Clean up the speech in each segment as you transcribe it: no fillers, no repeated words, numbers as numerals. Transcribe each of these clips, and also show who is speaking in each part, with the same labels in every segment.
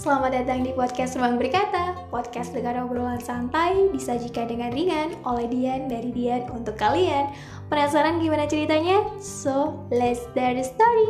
Speaker 1: Selamat datang di podcast Ruang Berkata. Podcast dengan obrolan santai disajikan dengan ringan oleh Dian dari Dian untuk kalian. Penasaran gimana ceritanya? So, let's start the story.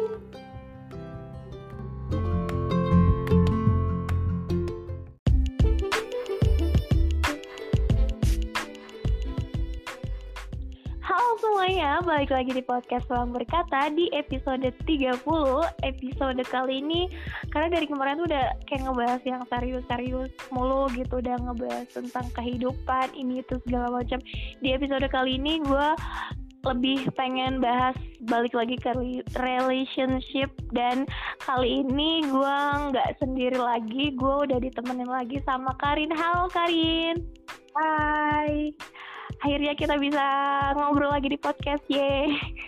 Speaker 1: Halo semuanya, balik lagi di podcast Ruang Berkata di episode 30. Episode kali ini, karena dari kemarin tuh udah kayak ngebahas yang serius-serius mulu gitu, udah ngebahas tentang kehidupan, ini itu segala macam. Di episode kali ini gue lebih pengen bahas balik lagi ke relationship, dan kali ini gue nggak sendiri lagi, gue udah ditemenin lagi sama Karin. Halo Karin.
Speaker 2: Hai.
Speaker 1: Akhirnya kita bisa ngobrol lagi di podcast, ye.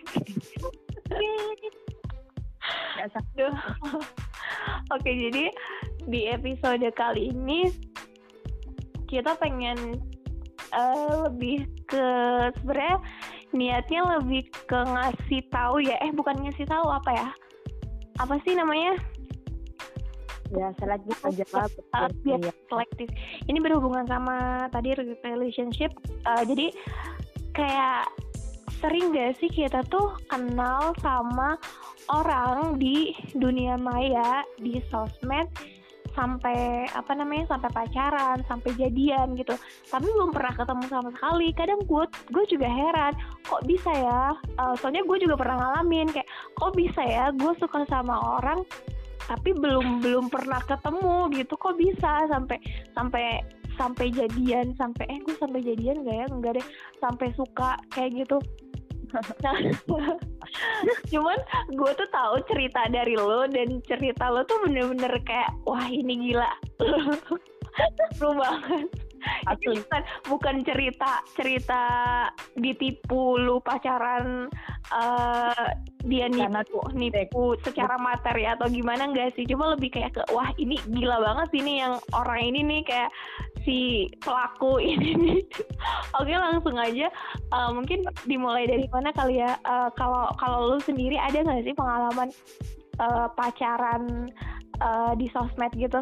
Speaker 1: Oke, jadi di episode kali ini kita pengen lebih ke, sebenarnya niatnya lebih ke ngasih tahu ya, bukan ngasih tahu, apa ya? Apa sih namanya?
Speaker 2: Ya, selektif aja lah.
Speaker 1: Selektif. Ini berhubungan sama tadi relationship. Jadi kayak sering gak sih kita tuh kenal sama orang di dunia maya, di sosmed, sampai sampai pacaran, sampai jadian gitu, tapi belum pernah ketemu sama sekali. Kadang gue juga heran, kok bisa ya? Soalnya gue juga pernah ngalamin kayak, kok bisa ya gue suka sama orang tapi belum pernah ketemu gitu, kok bisa sampai jadian, gue sampai jadian gak ya? Enggak deh, sampai suka kayak gitu. Nah, cuman gue tuh tahu cerita dari lo, dan cerita lo tuh bener-bener kayak, wah ini gila. Seru banget. Ini bukan cerita ditipu lu pacaran, dia nipu secara materi atau gimana, enggak sih, cuma lebih kayak ke, wah ini gila banget sih nih yang orang ini nih, kayak si pelaku ini nih. Oke, langsung aja, mungkin dimulai dari mana kali ya? Kalau lu sendiri ada nggak sih pengalaman pacaran di sosmed gitu?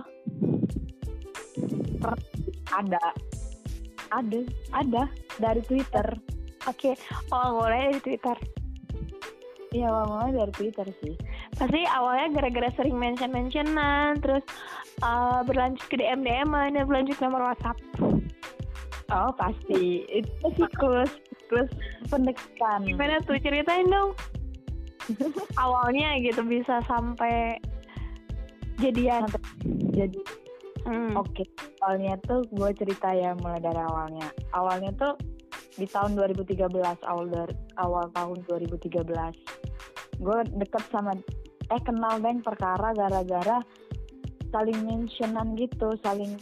Speaker 2: Ada dari Twitter.
Speaker 1: Oke. Mulai dari Twitter.
Speaker 2: Iya, awalnya dari Twitter sih.
Speaker 1: Pasti awalnya gara-gara sering mention-mentionan, terus berlanjut ke DM-an, dan berlanjut ke nomor WhatsApp.
Speaker 2: Oh, pasti. Itu siklus pendekatan.
Speaker 1: Gimana tuh, ceritain dong. Awalnya gitu bisa sampai jadian.
Speaker 2: Jadi Oke, awalnya tuh gue cerita ya, mulai dari awalnya. Awalnya tuh di tahun 2013, awal tahun 2013. Gue deket sama kenal dan perkara gara-gara saling mentionan gitu, saling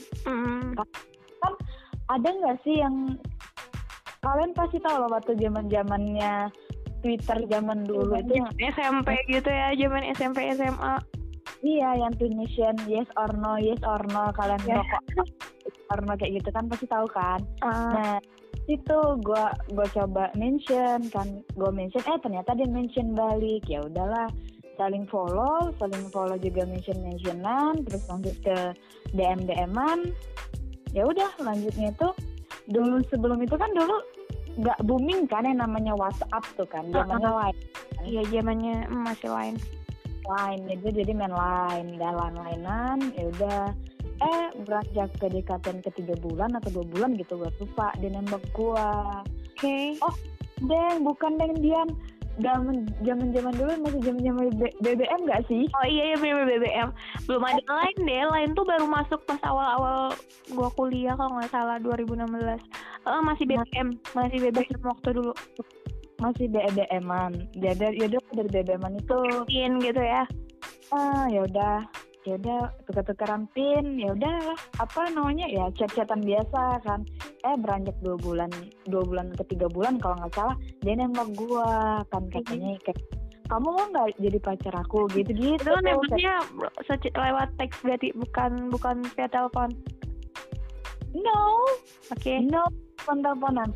Speaker 2: kan ada nggak sih yang kalian pasti tahu lah, waktu zamannya Twitter zaman dulu itu
Speaker 1: SMP gitu ya, zaman SMP SMA.
Speaker 2: Iya, yang Tunisian yes or no kalian rokok yes or no kayak gitu kan, pasti tahu kan. Nah itu gue coba mention kan, ternyata dia mention balik. Ya udahlah, saling follow juga, mentionan, terus lanjut ke DM-an. Ya udah, lanjutnya itu dulu, sebelum itu kan dulu nggak booming kan yang namanya WhatsApp tuh kan, zamannya Line.
Speaker 1: Iya, zamannya masih Line
Speaker 2: jadi main Line dan lain-lainan. Ya udah, beranjak PDKT ke 3 bulan atau 2 bulan gitu, gue lupa, dia nembak gue.
Speaker 1: Oke.
Speaker 2: Oh bukan Dian, zaman dulu masih zaman BBM nggak sih?
Speaker 1: Oh iya, bener BBM. Belum ada Line deh. Line tuh baru masuk pas awal-awal gue kuliah kalau nggak salah, 2016. Masih BBM waktu dulu.
Speaker 2: Masih BBM-an. Jadi yaudah, dari BBM-an itu
Speaker 1: pin gitu ya.
Speaker 2: Ya udah tukar-tukaran pin. Ya udah, ya chat-chatan biasa kan. Beranjak 2 bulan ke 3 bulan kalau nggak salah, dia nembak gua kan, katanya kayak, kamu mau nggak jadi pacar aku gitu.
Speaker 1: Itu nembaknya lewat teks berarti, bukan via telepon?
Speaker 2: No.
Speaker 1: Oke.
Speaker 2: No, bukan teleponan.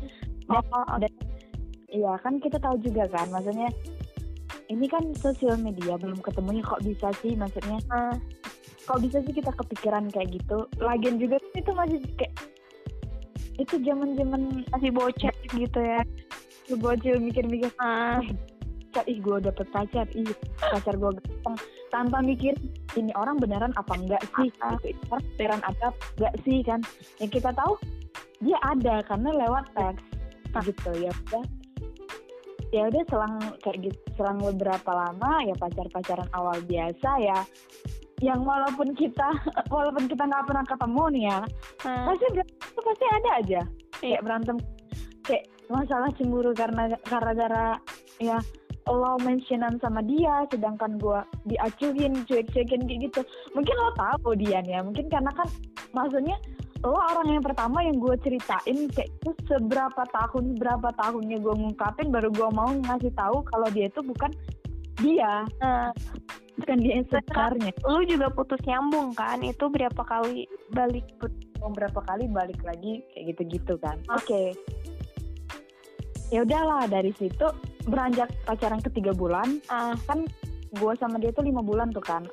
Speaker 2: Iya kan, kita tahu juga kan, maksudnya ini kan sosial media, belum ketemunya kok bisa sih, maksudnya kok bisa sih kita kepikiran kayak gitu. Lagian juga itu masih kayak itu zaman
Speaker 1: masih bocah gitu ya.
Speaker 2: Bocil mikir-mikir gue dapet pacar, pacar gue ganteng, tanpa mikir ini orang beneran apa enggak sih, gitu. Orang beneran ada enggak sih kan, yang kita tahu dia ada karena lewat teks gitu. Ya udah selang kayak gitu, selang beberapa lama ya pacaran awal biasa ya, yang walaupun kita nggak pernah ketemu nih ya, pasti ada aja kayak berantem, kayak masalah cemburu karena gara-gara ya lo mentionan sama dia, sedangkan gue diacuhin, cuek-cuekin kayak gitu. Mungkin lo tahu Dian ya, mungkin karena kan maksudnya lo orang yang pertama yang gue ceritain kayak itu berapa tahunnya gue ngungkapin, baru gue mau ngasih tahu kalau dia itu bukan dia, bukan dia yang sebenarnya.
Speaker 1: Lo juga putus nyambung kan? Itu berapa kali balik lagi
Speaker 2: kayak gitu-gitu kan. Oke. Ya udahlah, dari situ beranjak pacaran ke 3 bulan, kan gue sama dia tuh 5 bulan tuh kan.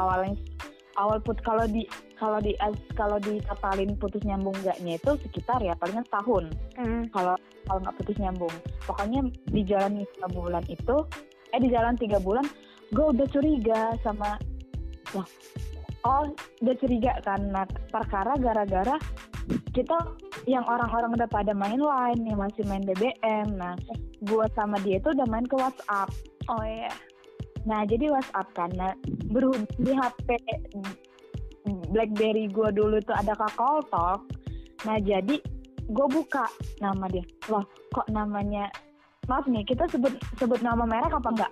Speaker 2: Kalau dikatalin putus nyambung enggaknya itu sekitar ya palingan setahun. Kalau nggak putus nyambung, pokoknya di jalan 3 bulan itu, di jalan 3 bulan gue udah curiga sama udah curiga karena perkara gara-gara kita yang orang-orang udah pada main line, yang masih main BBM. Nah, gue sama dia itu udah main ke WhatsApp.
Speaker 1: Oh iya.
Speaker 2: Nah, jadi WhatsApp karena berhubung di HP BlackBerry gue dulu tuh ada Kakao Talk. Nah, jadi gue buka nama dia. Loh, kok namanya? Maaf nih, kita sebut nama merek apa enggak?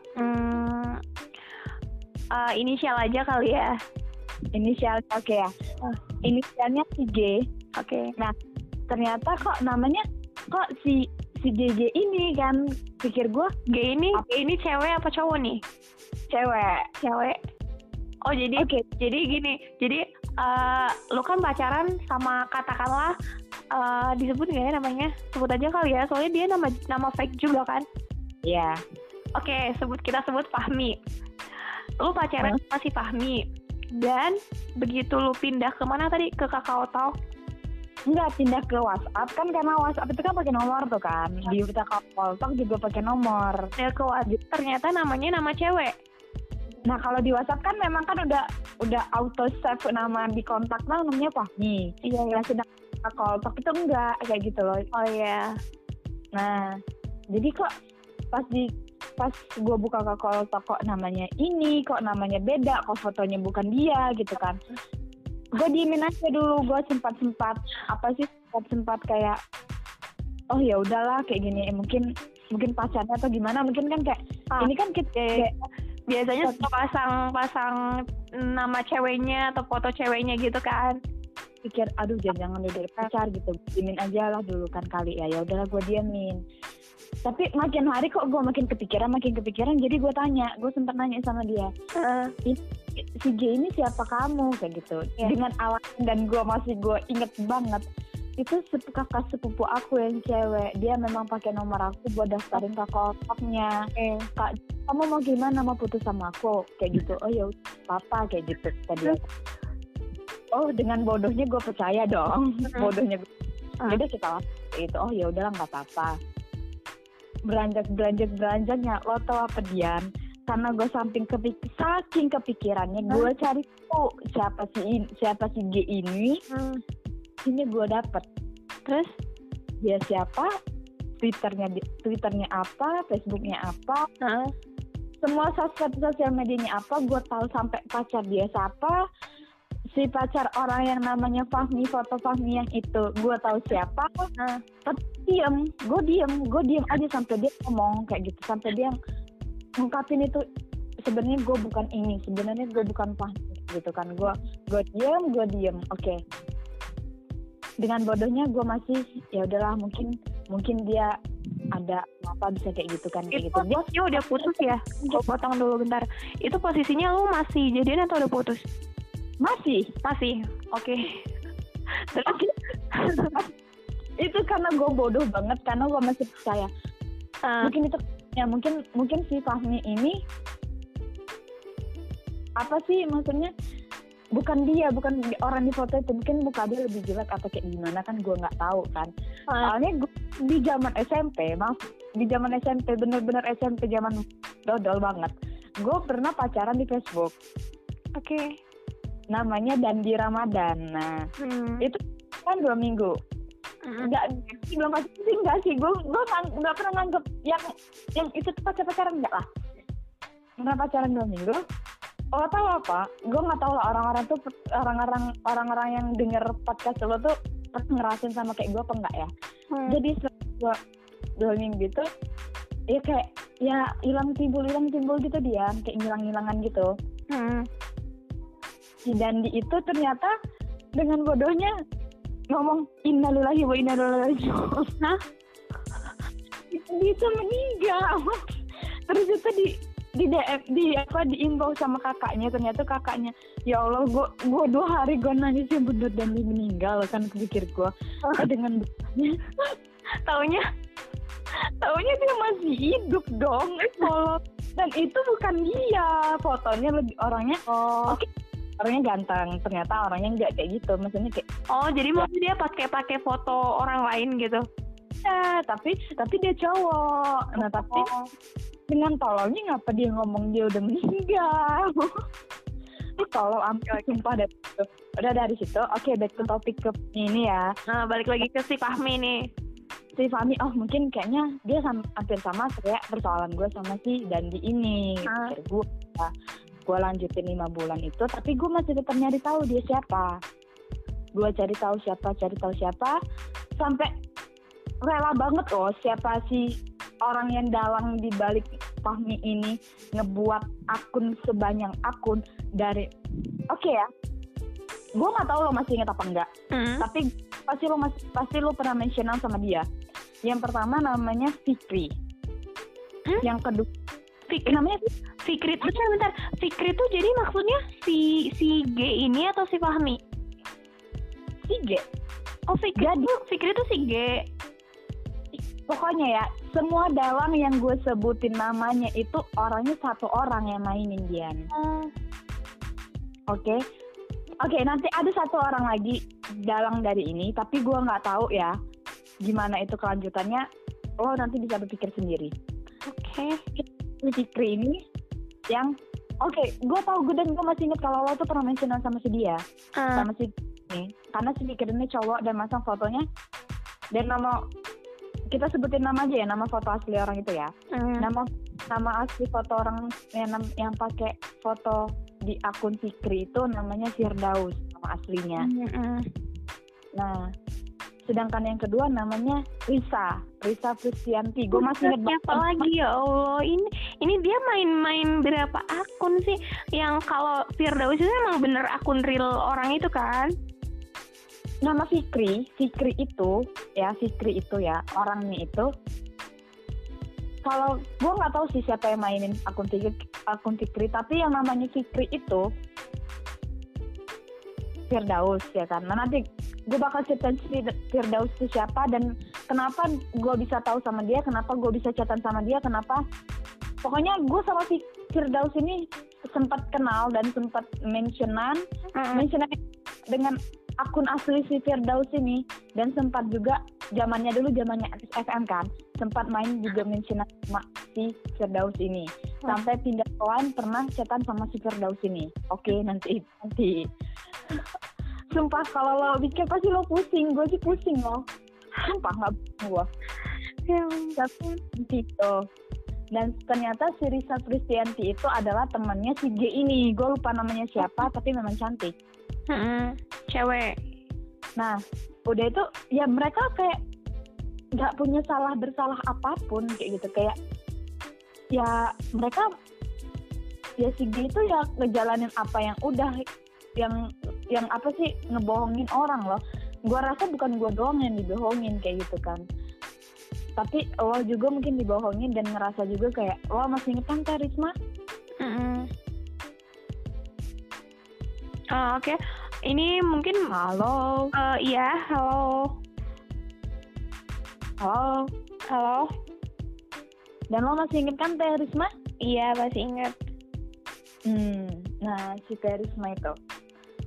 Speaker 1: Inisial aja kali ya.
Speaker 2: Inisial, oke ya. Inisialnya si G.
Speaker 1: Oke.
Speaker 2: Nah, ternyata kok namanya si GG ini kan, pikir gue
Speaker 1: G ini cewek apa cowok nih?
Speaker 2: Cewek.
Speaker 1: Oh jadi jadi gini, jadi lo kan pacaran sama katakanlah disebut nggak ya namanya? Sebut aja kali ya, soalnya dia nama fake juga kan?
Speaker 2: Iya.
Speaker 1: Oke, kita sebut Fahmi. Lo pacaran sama si Fahmi, dan begitu lo pindah kemana tadi, ke Kakao Talk?
Speaker 2: Enggak, pindah ke WhatsApp kan, karena WhatsApp itu kan pakai nomor tuh kan. Di Kakao Talk juga pakai nomor.
Speaker 1: Ya ke WhatsApp ternyata namanya nama cewek.
Speaker 2: Nah, kalau di WhatsApp kan memang kan udah auto save nama di kontak namanya Fahmi.
Speaker 1: Iya.
Speaker 2: Sedang Kakao Talk itu enggak kayak gitu loh.
Speaker 1: Oh iya.
Speaker 2: Nah, jadi kok pas gue buka Kakao Talk kok namanya ini, kok namanya beda, kok fotonya bukan dia gitu kan. Gue diemin aja dulu, gue sempat kayak oh ya udahlah kayak gini, mungkin pacarnya atau gimana, mungkin kan kayak ini kan kita
Speaker 1: biasanya pasang nama ceweknya atau foto ceweknya gitu kan.
Speaker 2: Pikir aduh jangan udah pacar gitu, diemin aja lah dulu kan kali ya udahlah gue diemin. Tapi makin hari kok gue makin kepikiran, jadi gue sempat nanya sama dia, si J ini siapa kamu kayak gitu, dengan alasan, dan gue inget banget itu kakak sepupu aku yang cewek, dia memang pakai nomor aku buat daftarin Kakao Talk-nya. Kak, kamu mau gimana, mau putus sama aku kayak gitu? Oh ya papa kayak gitu tadi. Oh, dengan bodohnya gue percaya dong. Bodohnya jadi kita itu, oh ya udahlah nggak apa-apa. Beranjaknya lo tau apa Dian, karena gue saking kepikirannya, gue cari tuh siapa si G ini. Ini gue dapet. Terus dia siapa, Twitternya apa, Facebooknya apa, semua sosial medianya apa, gue tahu sampai pacar dia siapa, si pacar orang yang namanya Fahmi, foto Fahmi yang itu gue tahu siapa. Tapi gue diem aja sampai dia ngomong kayak gitu, sampai dia ngungkapin itu sebenarnya gue bukan ini, sebenarnya gue bukan Fahmi gitu kan. Gue diem. Oke. Dengan bodohnya gue masih ya udahlah, mungkin dia ada apa bisa kayak gitu kan, kayak gitu.
Speaker 1: Dia udah putus ya? Gue potong dulu bentar. Itu posisinya lu masih jadian atau udah putus?
Speaker 2: Masih.
Speaker 1: Oke.
Speaker 2: Terus itu karena gue bodoh banget, karena gue masih percaya. Mungkin itu ya, mungkin si Fahmi ini apa sih maksudnya, bukan orang di foto itu, mungkin muka dia lebih jelek atau kayak gimana kan gue nggak tahu kan. Soalnya gue di zaman SMP, bener-bener SMP zaman dodol banget, gue pernah pacaran di Facebook.
Speaker 1: Oke.
Speaker 2: Namanya Dandi Ramadan. Nah itu kan 2 minggu. Belum pasti enggak sih, gue nggak pernah nganggep yang itu tuh pacaran, enggak lah. Pernah pacaran 2 minggu. Oh tahu apa? Gue nggak tahu lah orang-orang yang denger podcast lo tuh pernah ngerasain sama kayak gue apa enggak ya? Jadi setelah 2 minggu itu, ya kayak ya hilang timbul gitu dia, kayak hilang-hilangan gitu. Si Dandi itu ternyata dengan bodohnya ngomong innalillahi wa inna ilaihi raji'un. Dia tuh meninggal. Terus itu di DM diimbau sama kakaknya, ternyata kakaknya, ya Allah, gue 2 hari gue nangis yang bener Dandi meninggal kan, pikir gue dengan taunya dia masih hidup dong. Dan itu bukan dia, fotonya lebih orangnya orangnya ganteng, ternyata orangnya nggak kayak gitu, maksudnya kayak
Speaker 1: jadi maksudnya dia pakai foto orang lain gitu
Speaker 2: ya, tapi dia cowok. Nah tapi dengan tololnya ngapa dia ngomong dia udah meninggal. Ini tolol ampun, sumpah deh. Udah dari situ, oke, back to topik ke ini ya.
Speaker 1: Nah, balik lagi ke si Fahmi nih.
Speaker 2: Si Fahmi, mungkin kayaknya dia hampir sama kayak persoalan gue sama si Dandi ini. Gue lanjutin 5 bulan itu, tapi gue masih tetap nyari tahu dia siapa. Gue cari tahu siapa, sampai rela banget loh siapa sih orang yang dalang di balik Fahmi ini ngebuat akun sebanyak akun dari ya. Gue nggak tahu lo masih inget apa enggak, tapi pasti lo pernah mentionan sama dia. Yang pertama namanya Fikri. Yang kedua namanya
Speaker 1: Fikri. Bentar. Fikri tuh jadi maksudnya si G ini atau si Fahmi?
Speaker 2: Si G.
Speaker 1: Oh, Fikri tuh si G.
Speaker 2: Pokoknya ya, semua dalang yang gue sebutin namanya itu orangnya satu orang yang mainin dia. Oke, nanti ada satu orang lagi dalang dari ini, tapi gue nggak tahu ya gimana itu kelanjutannya. Lo nanti bisa berpikir sendiri.
Speaker 1: Oke.
Speaker 2: Fikri ini yang gue tahu, dan gue masih inget kalau lo tuh pernah mentionan sama si dia, sama si ini, karena si Fikri ini cowok dan masang fotonya dan kita sebutin nama aja ya, nama foto asli orang itu ya. Nama asli foto orang yang pakai foto di akun Fikri itu namanya Firdaus, nama aslinya. Nah, sedangkan yang kedua namanya Risa Fristianti. Gue masih ingat
Speaker 1: apa lagi ya Allah, ini dia main berapa akun sih? Yang kalau Firdaus itu emang bener akun real orang itu kan?
Speaker 2: Nama Fikri itu ya, orangnya itu, kalau gue nggak tahu sih siapa yang mainin akun Fikri, tapi yang namanya Fikri itu Firdaus ya kan. Nah nanti gue bakal ceritain si Firdaus itu siapa dan kenapa gue bisa tahu sama dia, kenapa gue bisa chatan sama dia, kenapa. Pokoknya gue sama si Firdaus ini sempat kenal dan sempat mentionan dengan akun asli si Firdaus ini, dan sempat juga zamannya FM kan, sempat main juga mention sama si Firdaus ini, sampai pindah kawan pernah chatan sama si Firdaus ini. Oke, nanti sumpah kalau lo pikir pasti lo pusing, gue sih pusing loh, sumpah nggak gue tapi gitu. Dan ternyata si Risa Fristianti itu adalah temannya si G ini, gue lupa namanya siapa tapi memang cantik.
Speaker 1: Cewek.
Speaker 2: Nah, udah itu ya mereka kayak nggak punya bersalah apapun kayak gitu, kayak ya mereka ya si G itu ya ngejalanin apa yang udah yang apa sih, ngebohongin orang loh. Gua rasa bukan gua doang yang dibohongin kayak gitu kan, tapi lo juga mungkin dibohongin dan ngerasa juga kayak lo masih inget kan Teh Risma?
Speaker 1: Oke. Ini mungkin
Speaker 2: halo.
Speaker 1: Iya, halo.
Speaker 2: Dan lo masih inget kan Teh Risma?
Speaker 1: Iya, masih inget.
Speaker 2: Nah, si Teh Risma itu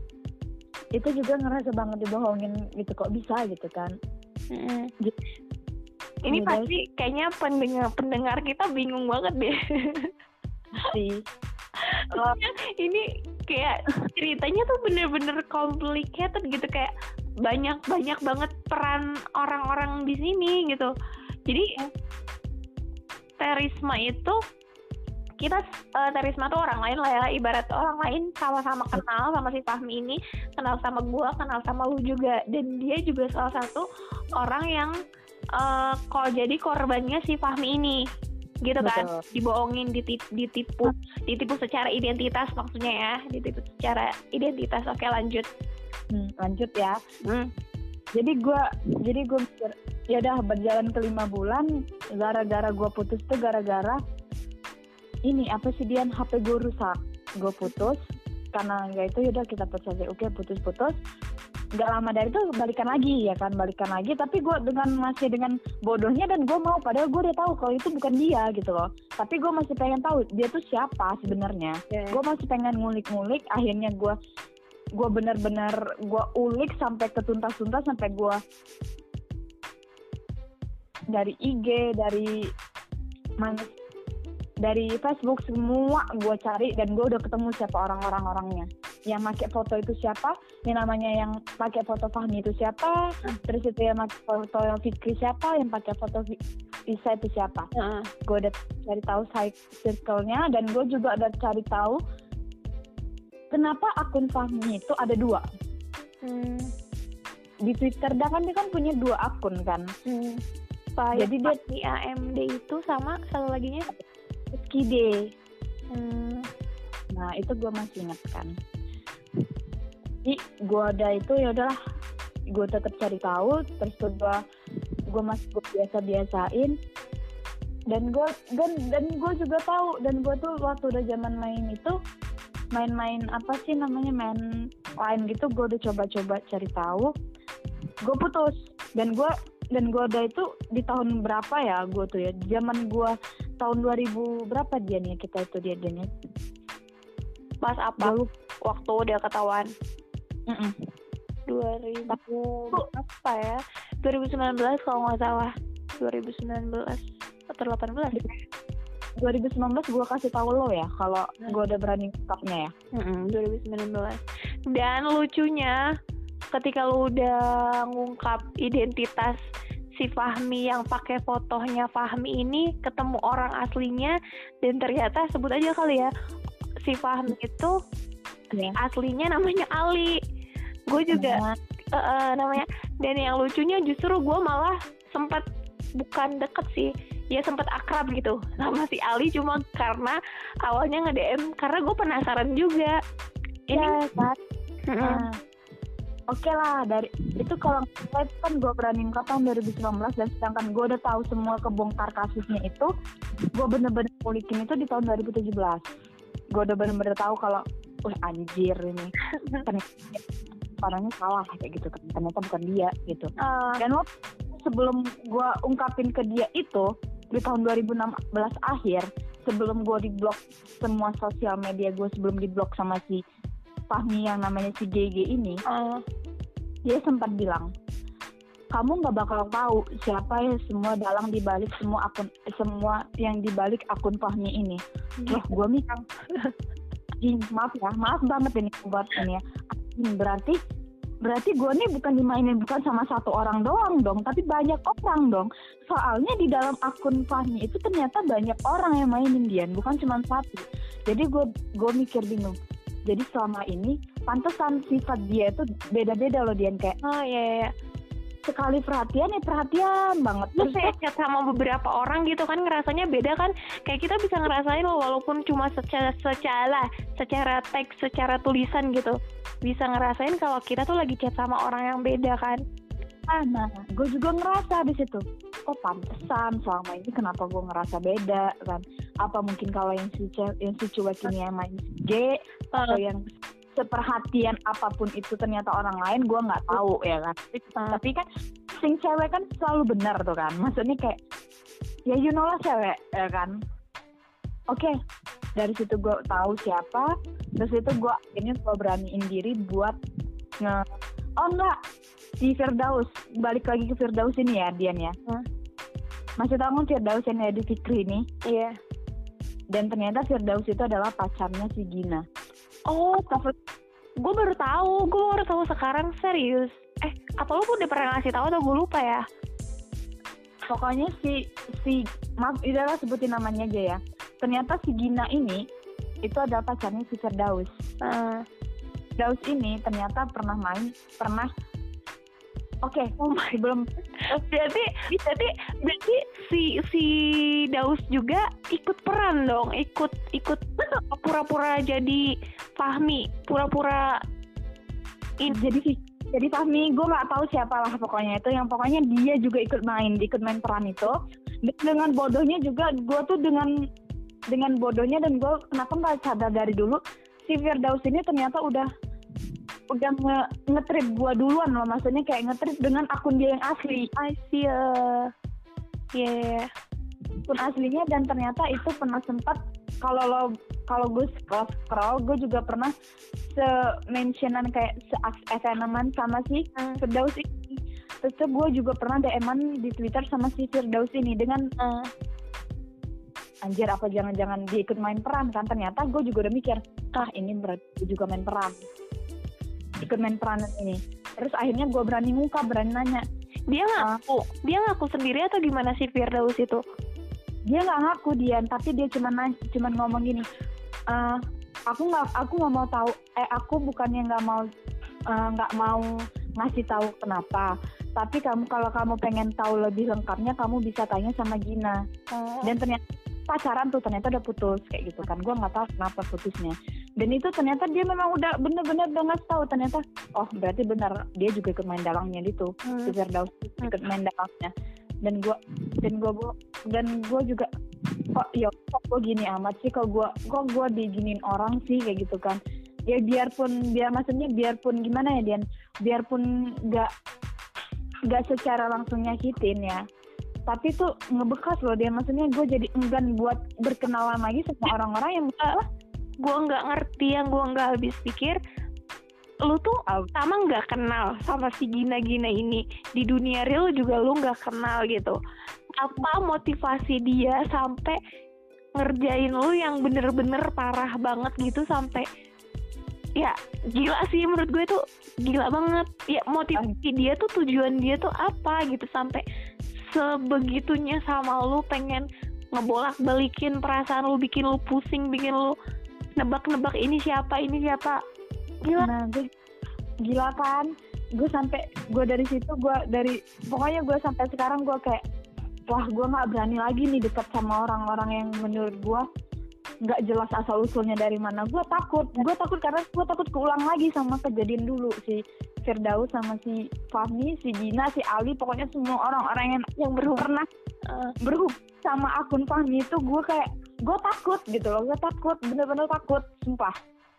Speaker 2: itu juga ngerasa banget dibohongin gitu, kok bisa gitu kan.
Speaker 1: Gitu. Ini pasti kayaknya pendengar kita bingung banget deh.
Speaker 2: Sih.
Speaker 1: Ini kayak ceritanya tuh bener-bener complicated gitu, kayak banyak banget peran orang-orang di sini gitu. Jadi Terisma itu Terisma tuh orang lain lah ya, ibarat orang lain sama-sama kenal sama si Fahmi ini, kenal sama gua, kenal sama lu juga, dan dia juga salah satu orang yang jadi korbannya si Fahmi ini gitu. Betul. Kan dibohongin, ditipu secara identitas, maksudnya ya, ditipu secara identitas. Oke, lanjut
Speaker 2: ya. Jadi gue mikir, ya udah berjalan ke 5 bulan, gara-gara gue putus tuh gara-gara ini apa sih, Dian, HP gue rusak, gue putus karena nggak itu, yaudah kita putus aja. Oke, putus. Nggak lama dari itu balikan lagi, tapi gue masih dengan bodohnya, dan gue mau, padahal gue udah tahu kalau itu bukan dia gitu loh, tapi gue masih pengen tahu dia tuh siapa sebenarnya. Gue masih pengen ngulik. Akhirnya gue benar-benar gue ulik sampai ke tuntas, sampai gue dari IG, dari Facebook, semua gue cari, dan gue udah ketemu siapa orang-orangnya yang pakai foto itu, siapa yang namanya yang pakai foto Fahmi itu siapa, terus itu yang pakai foto Fikri siapa, yang pakai foto Isa itu siapa. Gue udah cari tahu side circle-nya, dan gue juga udah cari tahu kenapa akun Fahmi itu ada 2 di Twitter. Dia kan punya 2 akun kan. Jadi dia
Speaker 1: di AMD itu sama satu laginya
Speaker 2: Skide. Nah itu gue masih ingat kan. Jadi gue ada itu, ya udahlah, gue tetap cari tahu, terus gue masih biasa-biasain, dan gue juga tahu, dan gue tuh waktu udah zaman main apa sih namanya, main lain gitu, gue udah coba cari tahu, gue putus, dan gue udah itu di tahun berapa ya, gue tuh ya zaman gue tahun 2000 berapa dia nih, kita itu dia nih
Speaker 1: pas apa waktu udah ketahuan. 2000 apa ya, 2019 kalau nggak salah, 2019 atau 18 ya.
Speaker 2: 2019 gue kasih tahu lo ya kalau gue udah berani ngungkapnya ya.
Speaker 1: 2019. Dan lucunya ketika lo udah ngungkap identitas si Fahmi yang pakai fotonya Fahmi ini, ketemu orang aslinya, dan ternyata sebut aja kali ya, si Fahmi itu aslinya namanya Ali. Gue juga namanya. Dan yang lucunya justru gue malah sempat, bukan deket sih, ya sempat akrab gitu sama si Ali, cuma karena awalnya nge-DM karena gue penasaran juga. Ini
Speaker 2: Oke lah, dari itu kalau kan gue berani ngungkap tahun 2019, dan sedangkan gue udah tahu semua kebongkar kasusnya itu, gue bener-bener ngulikin itu di tahun 2017. Gue udah bener-bener tahu kalau anjir ini orangnya salah kayak gitu kan, ternyata bukan dia gitu. Dan waktu sebelum gue ungkapin ke dia itu di tahun 2016 akhir, sebelum gue diblok semua sosial media gue, sebelum diblok sama si Fahmi yang namanya si GG ini, dia sempat bilang, kamu nggak bakal tahu siapa ya semua dalang dibalik semua akun, semua yang dibalik akun Fahmi ini. Wah, gue mikir, maaf banget ini buat ini ya. Berarti gue nih bukan dimainin bukan sama satu orang doang dong, tapi banyak orang dong. Soalnya di dalam akun Fahmi itu ternyata banyak orang yang mainin dia, bukan cuma satu. Jadi gue mikir bingung. Jadi selama ini pantesan sifat dia itu beda-beda loh, Dian, kayak
Speaker 1: iya.
Speaker 2: Sekali perhatian banget.
Speaker 1: Terus saya chat sama beberapa orang gitu kan, ngerasanya beda kan. Kayak kita bisa ngerasain loh, walaupun cuma secara teks, secara tulisan gitu, bisa ngerasain kalau kita tuh lagi chat sama orang yang beda kan.
Speaker 2: Nah, gue juga ngerasa di situ. Oh, pantesan selama ini kenapa gue ngerasa beda kan? Apa mungkin kalau yang si cuek ini yang main G, atau yang seperhatian apapun itu ternyata orang lain, gue nggak tahu ya kan. Tapi kan sing cewek kan selalu benar tuh kan, maksudnya kayak ya you know lah cewek ya kan. Oke, dari situ gue tahu siapa, terus itu gue akhirnya beraniin diri buat Oh enggak, si Firdaus, balik lagi ke Firdaus ini ya Dian ya. Masih tahu Firdaus yang ada di Fikri ini?
Speaker 1: Iya.
Speaker 2: Dan ternyata Firdaus itu adalah pacarnya si Gina.
Speaker 1: Oh, gue baru tahu sekarang, serius. Apa lu udah pernah ngasih tahu atau gue lupa ya?
Speaker 2: Pokoknya maaf, idahlah sebutin namanya aja ya. Ternyata si Gina ini itu adalah pacarnya si Firdaus. Firdaus ini ternyata pernah belum.
Speaker 1: Berarti si Daus juga ikut peran dong, ikut pura-pura jadi Fahmi, pura-pura
Speaker 2: jadi Fahmi. Gue nggak tahu siapa lah pokoknya itu, yang pokoknya dia juga ikut main peran itu. Dengan bodohnya juga gue tuh dengan bodohnya, dan gue kenapa nggak sadar dari dulu si Firdaus ini ternyata udah nge-trip gue duluan loh, maksudnya kayak nge-trip dengan akun dia yang asli.
Speaker 1: I see.
Speaker 2: Akun aslinya, dan ternyata itu pernah sempat kalau gue scroll gue juga pernah mentionan kayak FNM-an sama si Firdaus ini. Terus gue juga pernah DM-an di Twitter sama si Firdaus ini dengan anjir, apa jangan-jangan dia ikut main peran kan. Ternyata gue juga udah mikir, ini berarti juga ikut main peranan ini. Terus akhirnya gue berani nanya.
Speaker 1: Dia ngaku sendiri atau gimana sih Firdaus itu?
Speaker 2: Dia nggak ngaku Dian, tapi dia cuma ngomong gini, aku nggak mau tahu, aku bukannya nggak mau ngasih tahu kenapa, tapi kalau kamu pengen tahu lebih lengkapnya kamu bisa tanya sama Gina. Dan ternyata pacaran tuh ternyata udah putus kayak gitu kan. Gue nggak tahu kenapa putusnya, dan itu ternyata dia memang udah bener-bener udah nggak tahu. Ternyata berarti benar dia juga ikut main dalangnya gitu. Si Firdaus ikut main dalangnya. Dan gue juga kok gue gini amat sih, kok gue diginin orang sih kayak gitu kan. Ya biarpun gimana ya Dian, biarpun nggak secara langsung nyakitin ya, tapi tuh ngebekas loh dia. Maksudnya gue jadi enggan buat berkenalan lagi sama orang-orang yang
Speaker 1: gue nggak ngerti, yang gue nggak habis pikir. Lu tuh sama nggak kenal sama si Gina ini, di dunia real juga lu nggak kenal gitu. Apa motivasi dia sampai ngerjain lu yang bener-bener parah banget gitu, sampai ya gila sih menurut gue tuh gila banget. Ya motivasi dia tuh, tujuan dia tuh apa gitu, sampai sebegitunya sama lu, pengen ngebolak-balikin perasaan lu, bikin lu pusing, bikin lu nebak-nebak ini siapa. Gila.
Speaker 2: Nah, gila kan. Gue dari situ, pokoknya gue sampai sekarang gue kayak, wah gue nggak berani lagi nih dekat sama orang-orang yang menurut gue nggak jelas asal usulnya dari mana. Gue takut karena gue takut keulang lagi sama kejadian dulu si Firdaus sama si Fahmi, si Gina, si Ali, pokoknya semua orang-orang yang pernah berhubung sama akun Fahmi itu. Gue takut gitu loh, bener-bener takut, sumpah.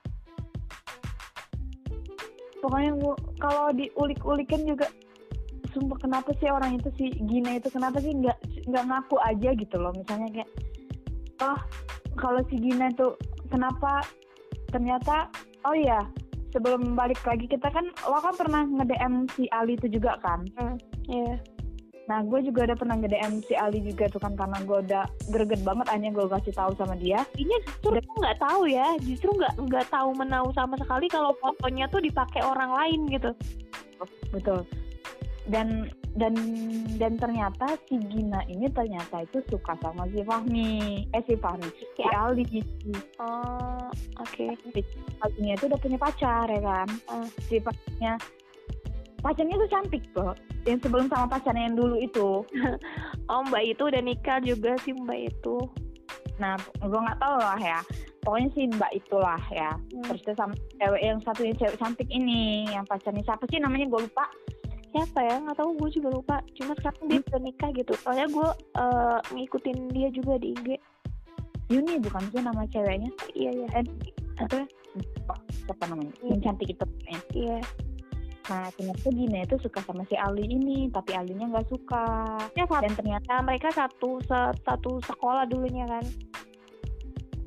Speaker 2: Pokoknya kalau diulik-ulikan juga, sumpah kenapa sih orang itu, si Gina itu kenapa sih nggak ngaku aja gitu loh. Misalnya kayak, kalau si Gina itu kenapa ternyata, sebelum balik lagi kita kan, lo kan pernah nge-DM si Ali itu juga kan?
Speaker 1: Iya.
Speaker 2: Nah, gue juga udah pernah nge-DM si Ali juga tuh kan, karena gue udah greget banget akhirnya gue kasih tahu sama dia.
Speaker 1: Ini justru nggak tahu ya, justru nggak tahu menau sama sekali kalau fotonya tuh dipakai orang lain gitu.
Speaker 2: Betul. Dan ternyata si Gina ini ternyata itu suka sama si Fahmi, si Ali gitu.
Speaker 1: Oke.
Speaker 2: Alinya itu udah punya pacar ya kan. Si pacarnya tuh cantik kok, yang sebelum sama pacarnya yang dulu itu.
Speaker 1: Mbak itu udah nikah juga sih, Mbak itu.
Speaker 2: Nah, gue nggak tahu lah ya, pokoknya si Mbak itulah ya. Terus dia sama cewek yang satunya, cewek cantik ini, yang pacarnya siapa sih namanya, gue lupa.
Speaker 1: Siapa ya, nggak tahu, gue juga lupa. Cuma sekarang dia udah nikah gitu, soalnya gue ngikutin dia juga di IG.
Speaker 2: Yuni bukan sih nama ceweknya?
Speaker 1: Iya.
Speaker 2: Apa? Siapa namanya? Yang cantik itu.
Speaker 1: Iya.
Speaker 2: Nah, ternyata Gina itu suka sama si Ali ini, tapi Alinya nggak suka.
Speaker 1: Ya,
Speaker 2: dan ternyata
Speaker 1: mereka satu sekolah dulunya kan?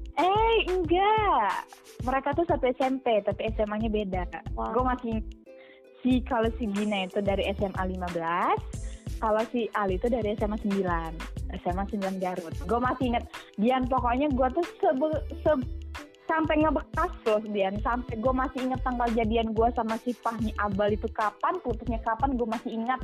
Speaker 2: Enggak. Mereka tuh satu SMP, tapi SMA-nya beda.
Speaker 1: Wow.
Speaker 2: Gue masih Kalau si Gina itu dari SMA 15, kalau si Ali itu dari SMA 9. SMA 9 Garut. Gue masih inget, Dian, pokoknya gue tuh sampai ngebekas loh, Dian. Sampai gue masih inget tanggal jadian gue sama si Fahmi Abal itu kapan, putusnya kapan, gue masih ingat.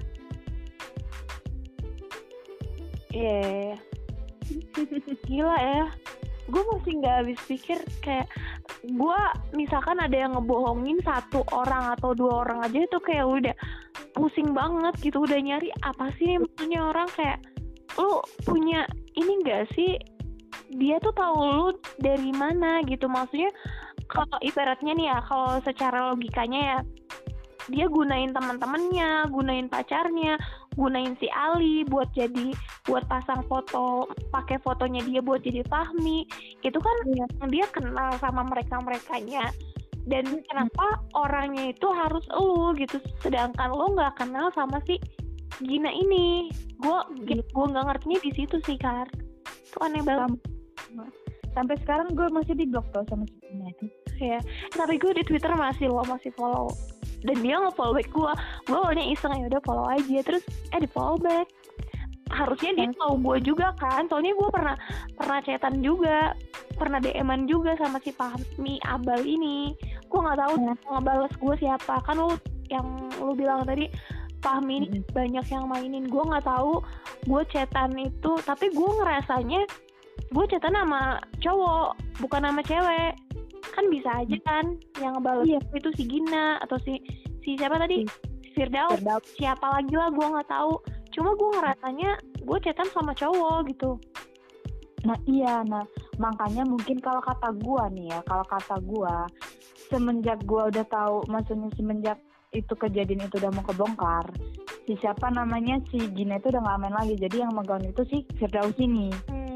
Speaker 1: Gila ya. Gue masih nggak habis pikir, kayak gue misalkan ada yang ngebohongin 1 orang atau 2 orang aja itu kayak udah pusing banget gitu, udah nyari apa sih maksudnya orang, kayak lu punya ini nggak sih, dia tuh tahu lu dari mana gitu. Maksudnya kalau ibaratnya nih ya, kalau secara logikanya ya, dia gunain teman-temannya, gunain pacarnya, gunain si Ali buat pasang foto, pakai fotonya dia buat jadi Fahmi. Itu kan dia kenal sama mereka-merekanya. Dan kenapa orangnya itu harus lu gitu, sedangkan lu nggak kenal sama si Gina ini. Gue nggak ngertinya di situ sih, Kar. Itu aneh banget.
Speaker 2: Sampai sekarang gue masih di blok tuh sama si Gina itu.
Speaker 1: Ya, tapi gue di Twitter masih follow. Dan dia nge-follow back gue awalnya iseng, ya udah follow aja, terus di follow back. Harusnya dia tahu gue juga kan, soalnya gue pernah chatan juga, pernah DM-an juga sama si Fahmi Abal ini. Gue nggak tahu ngebales gue siapa, kan yang lu bilang tadi Fahmi ini banyak yang mainin. Gue nggak tahu gue chatan itu, tapi gue ngerasanya gue chatan sama cowok bukan sama cewek. Kan bisa aja kan yang ngebales itu si Gina atau si siapa tadi, si Firdaus, siapa lagi lah gue nggak tahu. Cuma gue ngerasanya gue chatan sama cowok gitu.
Speaker 2: Nah makanya mungkin kalau kata gue semenjak gue udah tahu, maksudnya semenjak itu kejadian itu udah mau kebongkar, si siapa namanya, si Gina itu udah gak main lagi. Jadi yang megang itu si Firdaus ini.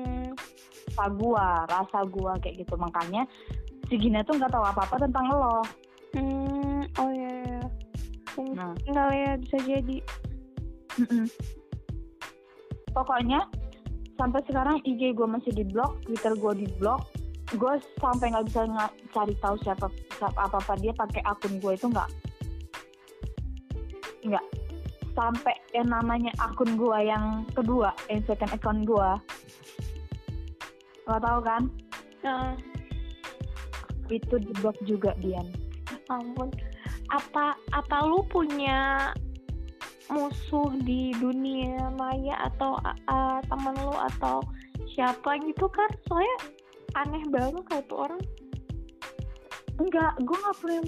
Speaker 2: Rasa gue kayak gitu. Makanya si Gina tuh gak tahu apa-apa tentang lo.
Speaker 1: Oh iya. Enggak ya, bisa jadi.
Speaker 2: Pokoknya sampai sekarang IG gue masih di blok, Twitter gue di blok. Gue sampai nggak bisa cari tahu siapa apa dia pakai akun gue itu nggak sampai yang namanya akun gue yang kedua, yang second account gue, nggak tahu kan? Itu di blok juga, Dian.
Speaker 1: Ampun. Apa lu punya musuh di dunia maya atau temen lu atau siapa gitu kan? Soalnya aneh banget kayak tuh orang.
Speaker 2: Enggak, gue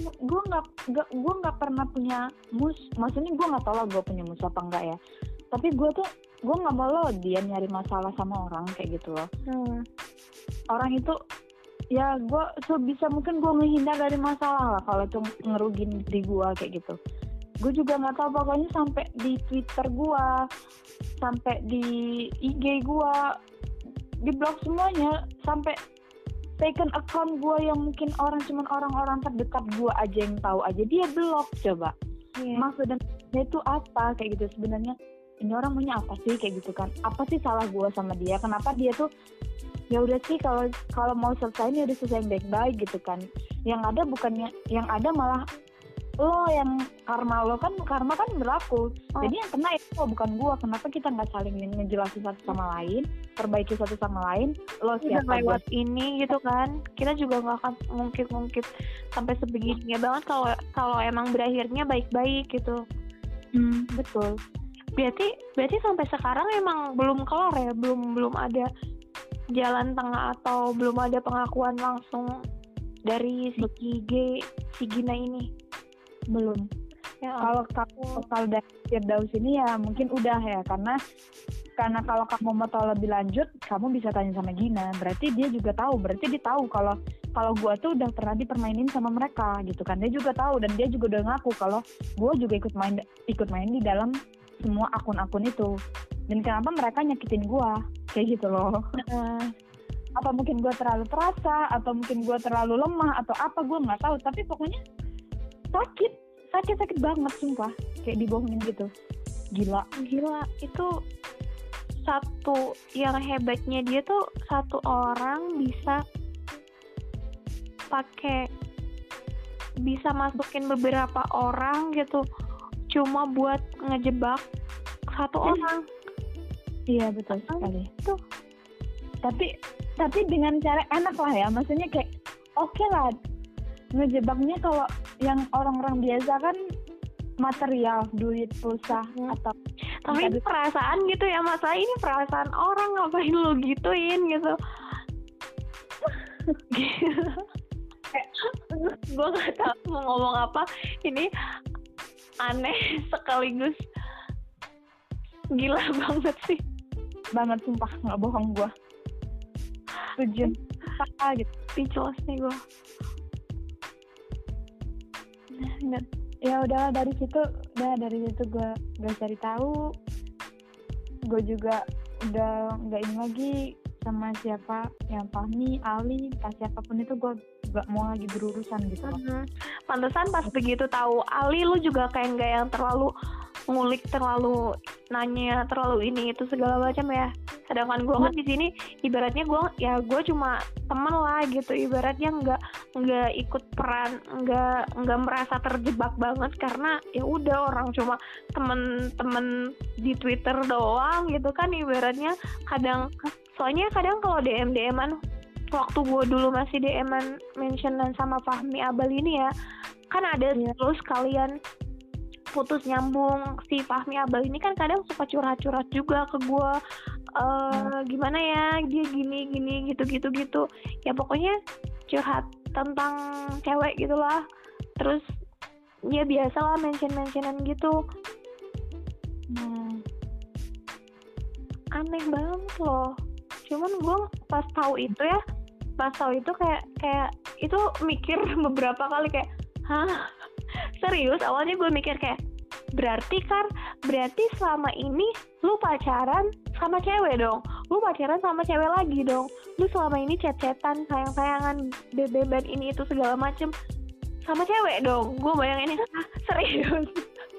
Speaker 2: nggak pernah punya maksudnya gue nggak tahu lah gue punya musuh apa enggak ya. Tapi gue nggak mau loh dia nyari masalah sama orang kayak gitu loh. Orang itu ya gue sebisa mungkin gue menghindar dari masalah lah kalau itu ngerugin diri gue kayak gitu. Gue juga nggak tahu, pokoknya sampai di Twitter gue, sampai di IG gue, di blog semuanya, sampai second account gue yang mungkin cuman orang-orang terdekat gue aja yang tahu aja dia blok. Coba maksudnya itu apa kayak gitu sebenarnya, ini orang maunya apa sih kayak gitu kan? Apa sih salah gue sama dia? Kenapa dia tuh ya udah sih kalau mau selesai ya udah selesai baik-baik gitu kan? Yang ada bukannya, yang ada malah lo yang karma kan berlaku. Jadi yang kena itu bukan gua. Kenapa kita nggak saling ngejelasin satu sama lain, perbaiki satu sama lain? Lo siapa
Speaker 1: lewat ini gitu kan? Kita juga nggak akan mungkin sampai sebegininya banget kalau emang berakhirnya baik-baik gitu.
Speaker 2: Betul.
Speaker 1: Berarti sampai sekarang emang belum kelar ya? Belum ada jalan tengah atau belum ada pengakuan langsung dari si Gina ini?
Speaker 2: Belum. Ya, kalau dari Firdaus ini ya mungkin udah ya, karena kalau kamu mau tahu lebih lanjut kamu bisa tanya sama Gina. Berarti dia juga tahu, berarti dia tahu kalau gua tuh udah pernah dipermainin sama mereka gitu kan. Dia juga tahu dan dia juga udah ngaku kalau gua juga ikut main di dalam semua akun-akun itu. Dan kenapa mereka nyakitin gua kayak gitu loh. Apa mungkin gua terlalu perasa atau mungkin gua terlalu lemah atau apa, gua nggak tahu, tapi pokoknya sakit banget sumpah, kayak dibohongin gitu. Gila itu satu yang hebatnya dia tuh, satu orang bisa masukin beberapa orang gitu
Speaker 1: cuma buat ngejebak satu orang.
Speaker 2: Iya betul sekali.
Speaker 1: Tuh.
Speaker 2: Tapi dengan cara enak lah ya, maksudnya kayak oke lah ngejebaknya. Kalau yang orang-orang biasa kan material, duit, pulsa atau
Speaker 1: tapi ini perasaan gitu ya, masa ini perasaan orang, ngapain lu gituin gitu. Gue nggak tahu mau ngomong apa, ini aneh sekaligus gila banget sih.
Speaker 2: Banget sumpah, nggak bohong gue. Tujuan apa gitu,
Speaker 1: speechless nih gue.
Speaker 2: Ya udahlah, dari situ gue cari tahu. Gue juga udah nggak ini lagi sama siapa yang Fahmi, Ali, entah siapapun itu, gue nggak mau lagi berurusan gitu loh.
Speaker 1: Pantesan pas begitu tahu Ali, lu juga kayak nggak yang terlalu ngulik, terlalu nanya, terlalu ini itu segala macam ya. Sedangkan gue kan di sini ibaratnya gue cuma teman lah gitu, ibaratnya nggak ikut peran, nggak merasa terjebak banget, karena ya udah orang cuma temen di Twitter doang gitu kan ibaratnya. Soalnya kadang kalau DM-an waktu gue dulu masih DM-an mentionan sama Fahmi Abal ini ya, kan ada terus kalian putus nyambung. Si Fahmi Abal ini kan kadang suka curhat-curhat juga ke gue, gimana ya dia gini gitu. Ya pokoknya curhat tentang cewek gitulah. Terus ya biasalah mention-mentionan gitu. Aneh banget loh. Cuman gue pas tahu itu kayak itu mikir beberapa kali kayak, hah? Serius? Awalnya gue mikir kayak, berarti selama ini lu pacaran sama cewek dong, lu pacaran sama cewek lagi dong, lu selama ini chat-chatan, sayang-sayangan, bebeban ini itu segala macem sama cewek dong. Gue bayangin, serius?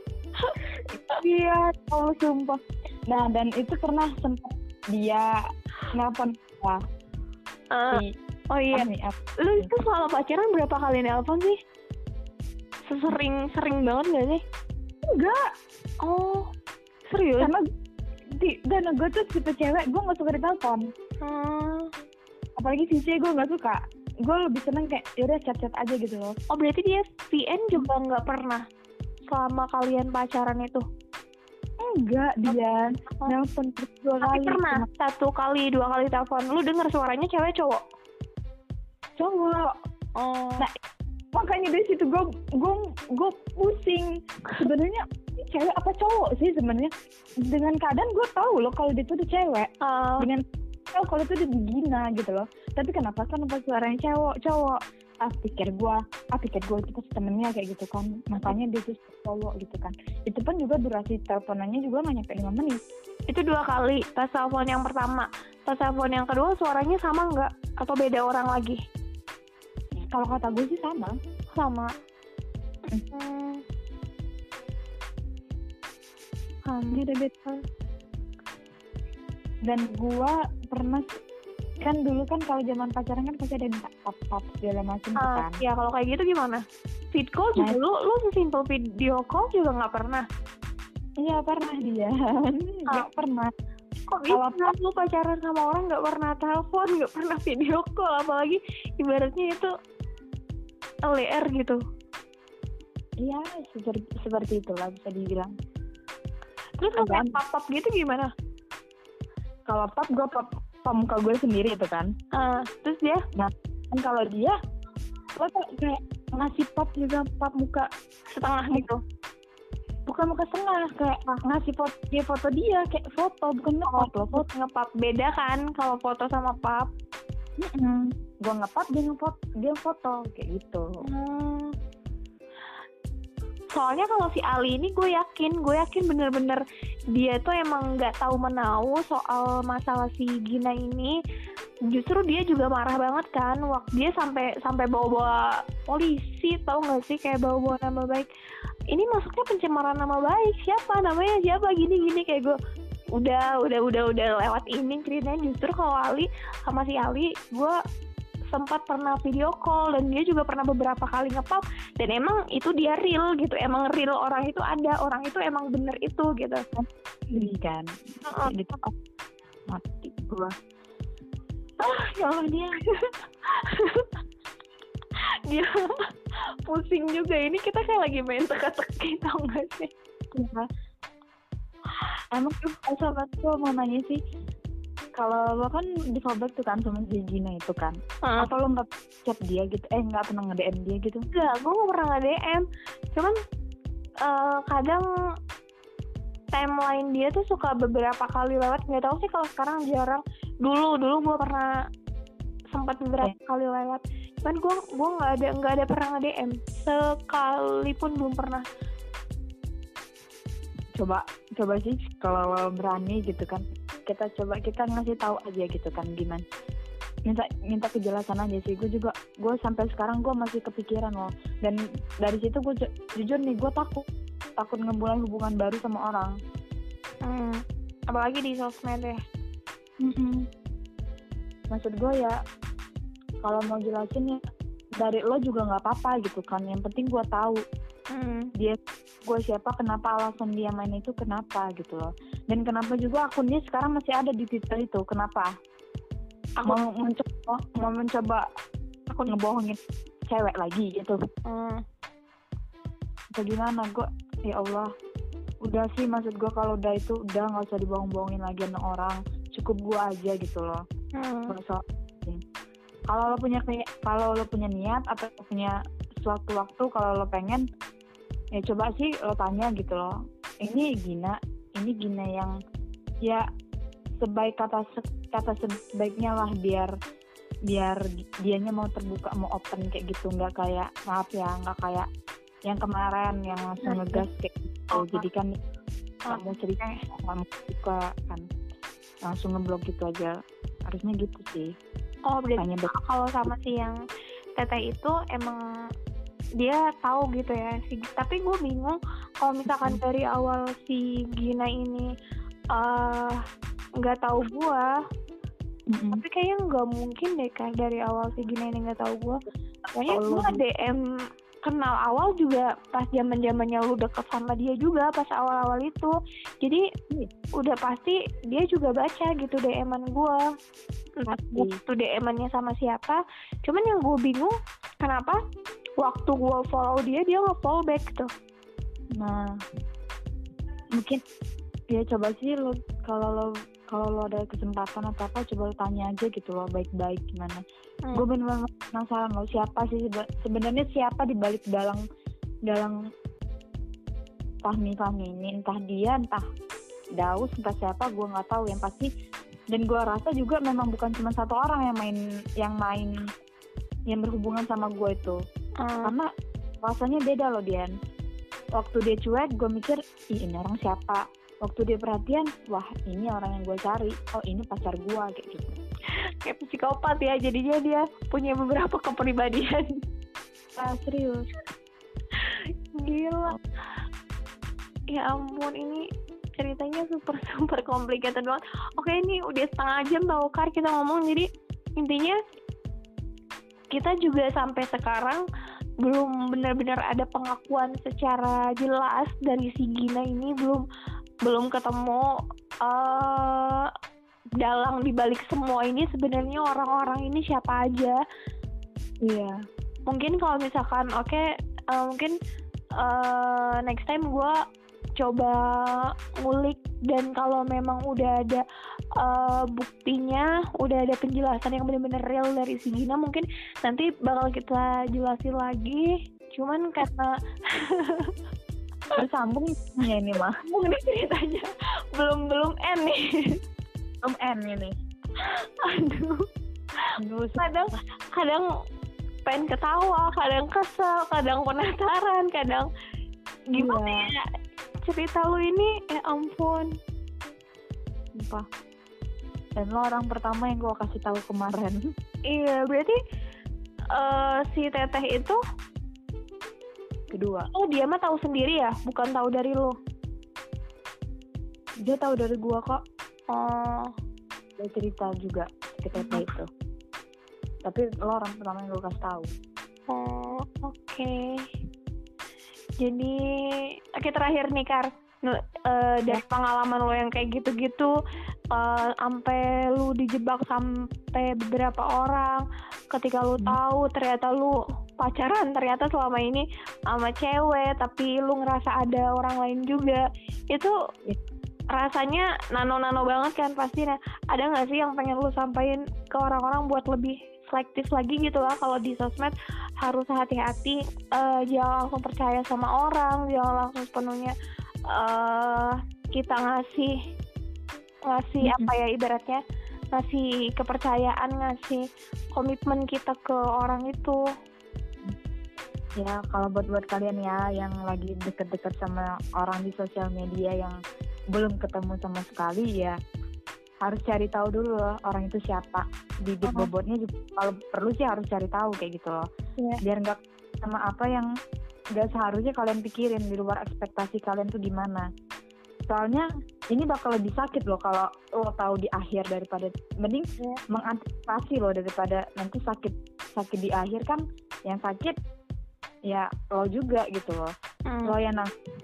Speaker 2: Iya, oh sumpah. Nah, dan itu pernah sempat dia nelpon lah.
Speaker 1: Oh iya, lu itu selama pacaran berapa kali nelpon sih? Sering banget gak sih?
Speaker 2: Enggak.
Speaker 1: Oh, serius?
Speaker 2: Karena gue tuh tipe cewek, gue gak suka ditelepon. Apalagi VC gue gak suka. Gue lebih seneng kayak yaudah chat-chat aja gitu loh.
Speaker 1: Oh, berarti dia VN juga gak pernah selama kalian pacaran itu?
Speaker 2: Enggak, dia nelpon 2 kali.
Speaker 1: Tapi pernah 1 kali, 2 kali telepon, lu denger suaranya cewek cowok?
Speaker 2: Cowok.
Speaker 1: Oh.
Speaker 2: Nah, makanya dari situ gue pusing. Sebenarnya cewek apa cowok sih sebenarnya? Dengan keadaan gue tahu loh kalau dia tuh cewek. Dengan tahu kalau itu dia begina gitu loh. Tapi kenapa suaranya cowok? Pikir gue itu pasti temennya kayak gitu kan. Makanya dia tuh cowok gitu kan. Itu pun juga durasi teleponannya juga nggak nyampe 5 menit.
Speaker 1: Itu 2 kali. Pas telepon yang pertama, pas telepon yang kedua suaranya sama nggak? Atau beda orang lagi?
Speaker 2: Kalau kata gue sih sama. Beda-beda. Dan gue pernah kan dulu kan kalau zaman pacaran kan pasti ada minta pop segala macam kan.
Speaker 1: Ya kalau kayak gitu gimana? Vid call juga lu sesimpel video call juga nggak pernah?
Speaker 2: Iya pernah dia. Nggak pernah.
Speaker 1: Kok bisa lu pacaran sama orang nggak pernah telepon, nggak pernah video call, apalagi ibaratnya itu LDR gitu?
Speaker 2: Iya seperti itulah bisa dibilang.
Speaker 1: Terus kalau kayak pop gitu gimana?
Speaker 2: Kalau pop gue pop muka gue sendiri itu kan.
Speaker 1: Terus dia?
Speaker 2: Nah kan kalau dia lo kayak ngasih pop juga, pop muka
Speaker 1: setengah gitu.
Speaker 2: Bukan muka setengah, kayak ngasih foto dia kayak foto, bukan ngepop loh.
Speaker 1: Foto ngepop beda kan kalau foto sama pop.
Speaker 2: Gue ngepop, dia foto kayak gitu.
Speaker 1: Soalnya kalau si Ali ini gue yakin bener-bener dia tuh emang nggak tahu menau soal masalah si Gina ini. Justru dia juga marah banget kan, waktu dia sampai bawa polisi, tau nggak sih, kayak bawa nama baik. Ini masuknya pencemaran nama baik, namanya siapa gini kayak gue udah lewat ini ceritanya. Justru kalau Ali sama si Ali, gue sempat pernah video call dan dia juga pernah beberapa kali nge-pop dan emang itu dia real gitu, emang real orang itu ada, orang itu emang bener itu gitu.
Speaker 2: Ini kan gitu mati gua.
Speaker 1: Ya Allah dia pusing juga ini, kita kayak lagi main teka-teki tau gak sih?
Speaker 2: Ya. Emang sobat gue mau nanya sih, kalau lo kan di fallback tuh kan sama si Gina itu kan, apa lo nggak chat dia gitu? Nggak pernah nge-DM dia gitu?
Speaker 1: Enggak, gue nggak pernah nge-DM. Cuman kadang timeline dia tuh suka beberapa kali lewat. Nggak tahu sih kalau sekarang jarang. Dulu gue pernah sempat beberapa kali lewat. Cuman gue nggak ada pernah nge-DM. Sekalipun belum pernah. Coba sih kalau berani gitu kan, kita ngasih tahu aja gitu kan gimana, minta kejelasan aja sih. Gue sampai sekarang gue masih kepikiran loh, dan dari situ gue jujur nih, gue takut ngemulai hubungan baru sama orang, apalagi di sosmed ya.
Speaker 2: Maksud gue ya, kalau mau jelasin ya dari lo juga nggak apa-apa gitu kan, yang penting gue tahu dia gue siapa, kenapa alasan dia main itu, kenapa gitu loh. Dan kenapa juga akunnya sekarang masih ada di Twitter itu, kenapa? Aku mau mencoba aku ngebohongin cewek lagi gitu. Atau gimana? Gue ya Allah, udah sih, maksud gue kalau udah itu udah nggak usah dibohong-bohongin lagi sama orang, cukup gue aja gitu loh. Kalau lo punya niat atau punya suatu waktu, kalau lo pengen ya coba sih lo tanya gitu loh, ini Gina yang ya kata sebaiknya lah, biar dianya mau terbuka, mau open kayak gitu, nggak kayak nggak kayak yang kemarin yang langsung ngegas kayak gitu. Jadi kan nggak mau cerita, nggak mau buka kan, langsung ngeblok gitu aja, harusnya gitu sih.
Speaker 1: Berarti kalau sama si yang Teteh itu emang dia tahu gitu ya sih. Tapi gue bingung kalau misalkan dari awal si Gina ini nggak tahu gue, tapi kayaknya nggak mungkin deh kan dari awal si Gina ini nggak tahu gue. Kayaknya gue DM kenal awal juga pas zamannya lu deket sama dia juga pas awal-awal itu. Jadi udah pasti dia juga baca gitu DM-an gue. Itu DM-annya sama siapa. Cuman yang gue bingung kenapa waktu gue follow dia nge-follow back gitu.
Speaker 2: Nah, mungkin ya coba sih lo, kalau lo ada kesempatan atau apa, coba lo tanya aja gitu lo baik-baik gimana. Gue bener-bener penasaran lo, siapa sih sebenarnya, siapa di balik dalang Fahmi ini, entah dia, entah Daus, entah siapa, gue nggak tahu. Yang pasti, dan gue rasa juga memang bukan cuma satu orang yang berhubungan sama gue itu. Karena rasanya beda loh Dian. Waktu dia cuek, gue mikir, ini orang siapa. Waktu dia perhatian, wah ini orang yang gue cari. Oh ini pacar gue, kayak gitu.
Speaker 1: Kayak psikopat ya, jadinya dia punya beberapa kepribadian.
Speaker 2: Serius.
Speaker 1: Gila. Ya ampun, ini ceritanya super complicated banget. Oke, ini udah setengah jam tau Kar kita ngomong. Jadi intinya kita juga sampai sekarang belum benar-benar ada pengakuan secara jelas dari si Gina ini, belum ketemu dalang dibalik semua ini sebenarnya orang-orang ini siapa aja.
Speaker 2: Iya.
Speaker 1: Mungkin kalau misalkan mungkin next time gue coba ngulik, dan kalau memang udah ada buktinya, udah ada penjelasan yang benar-benar real dari si Gina, mungkin nanti bakal kita jelasin lagi. Cuman karena
Speaker 2: bersambung ya ini mah.
Speaker 1: Sambung nih ceritanya. Belum end nih.
Speaker 2: Belum end ini.
Speaker 1: Aduh. Kadang pengen ketawa, kadang kesel, kadang penasaran, kadang gimana ya cerita lu ini, ya ampun.
Speaker 2: Sumpah. Dan lo orang pertama yang gue kasih tahu kemarin.
Speaker 1: Iya, berarti si Teteh itu
Speaker 2: kedua.
Speaker 1: Oh, dia mah tahu sendiri ya, bukan tahu dari lo.
Speaker 2: Dia tahu dari gue kok.
Speaker 1: Oh,
Speaker 2: Dia cerita juga ke Teteh itu. tapi lo orang pertama yang gue kasih tahu.
Speaker 1: Oh, oke. Jadi terakhir nih Kar, dari pengalaman lo yang kayak gitu-gitu, sampai lu dijebak sampai beberapa orang, ketika lu tahu ternyata lu pacaran ternyata selama ini sama cewek, tapi lu ngerasa ada orang lain juga, itu rasanya nano banget kan pastinya. Ada nggak sih yang pengen lu sampaikan ke orang-orang buat lebih selektif lagi gitu lah kalau di sosmed, harus hati-hati, jangan langsung percaya sama orang, jangan langsung sepenuhnya kita ngasih apa ya, ibaratnya ngasih kepercayaan, ngasih komitmen kita ke orang itu.
Speaker 2: Ya kalau buat kalian ya yang lagi deket-deket sama orang di sosial media yang belum ketemu sama sekali, ya harus cari tahu dulu loh orang itu siapa, bibit bobotnya juga kalau perlu sih harus cari tahu kayak gitu loh, biar nggak sama apa yang nggak seharusnya kalian pikirin, di luar ekspektasi kalian tuh gimana. Soalnya ini bakal lebih sakit loh kalau lo tahu di akhir, daripada mending mengantisipasi loh daripada nanti sakit di akhir. Kan yang sakit ya lo juga gitu loh, lo yang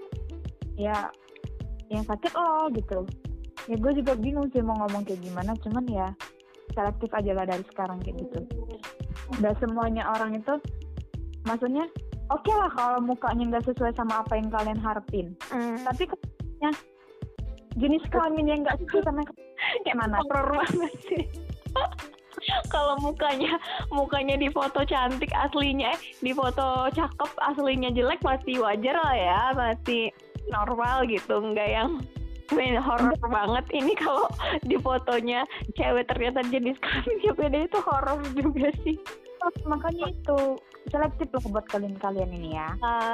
Speaker 2: sakit lo gitu. Ya gue juga bingung sih mau ngomong kayak gimana, cuman ya selektif aja lah dari sekarang kayak gitu. Nggak semuanya orang itu, maksudnya oke lah kalau mukanya nggak sesuai sama apa yang kalian harapin, tapi ya jenis kelamin yang nggak sesuai sama kayak mana?
Speaker 1: Horor banget sih. Kalau mukanya di foto cantik, aslinya di foto cakep, aslinya jelek, masih wajar lah ya, masih normal gitu, nggak yang horor banget. Ini kalau di fotonya cewek ternyata jenis kelaminnya beda, itu horor juga sih.
Speaker 2: Makanya itu selektif loh buat kalian ini ya.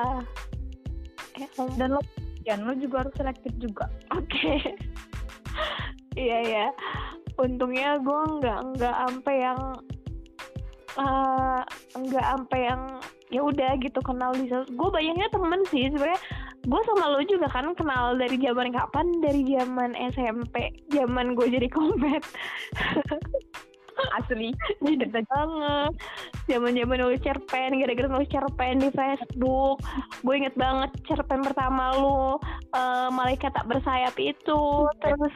Speaker 2: Dan lo juga harus selektif juga.
Speaker 1: Oke. Iya ya. Untungnya gue nggak sampai yang ya udah gitu kenal di sosial. Gue banyaknya temen sih sebenarnya. Gue sama lo juga kan kenal dari zaman kapan? Dari zaman SMP, zaman gue jadi komet.
Speaker 2: Asli,
Speaker 1: jadi banget. Zaman nulis cerpen, gara-gara nulis cerpen di Facebook. Gue inget banget cerpen pertama lo, Malaikat Tak Bersayap itu. Terus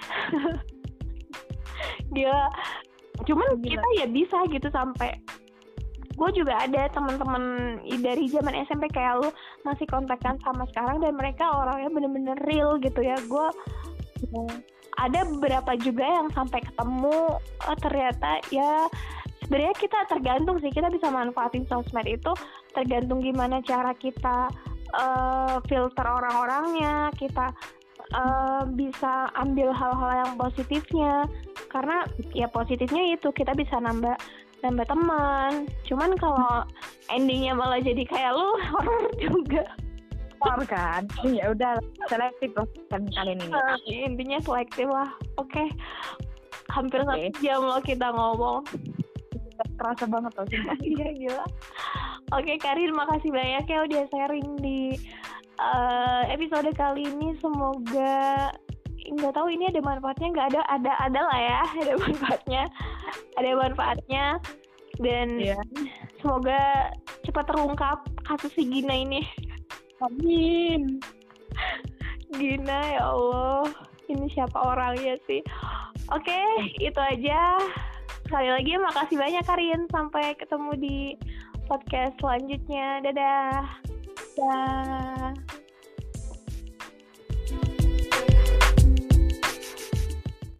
Speaker 1: dia, cuman kita ya bisa gitu sampai. Gue juga ada teman-teman dari zaman SMP kayak lu masih kontakkan sama sekarang, dan mereka orangnya bener-bener real gitu ya. Gue ada beberapa juga yang sampai ketemu, ternyata ya sebenarnya kita tergantung sih, kita bisa manfaatin sosmed itu tergantung gimana cara kita filter orang-orangnya, kita bisa ambil hal-hal yang positifnya, karena ya positifnya itu kita bisa nambah teman. Cuman kalau endingnya malah jadi kayak lu, horor juga.
Speaker 2: Horor kan? Ya udah selektif loh kalian ini.
Speaker 1: Intinya selektif lah. Oke. Hampir 1 jam loh kita ngomong.
Speaker 2: Terasa banget loh sih.
Speaker 1: Iya gila. Oke Karin, makasih banyak ya udah sharing di episode kali ini. Semoga, nggak tahu ini ada manfaatnya nggak, ada lah ya, ada manfaatnya dan semoga cepat terungkap kasus si Gina ini.
Speaker 2: Amin.
Speaker 1: Gina, ya Allah, ini siapa orangnya sih? Oke, itu aja. Sekali lagi makasih banyak Karin, sampai ketemu di podcast selanjutnya. Dadah.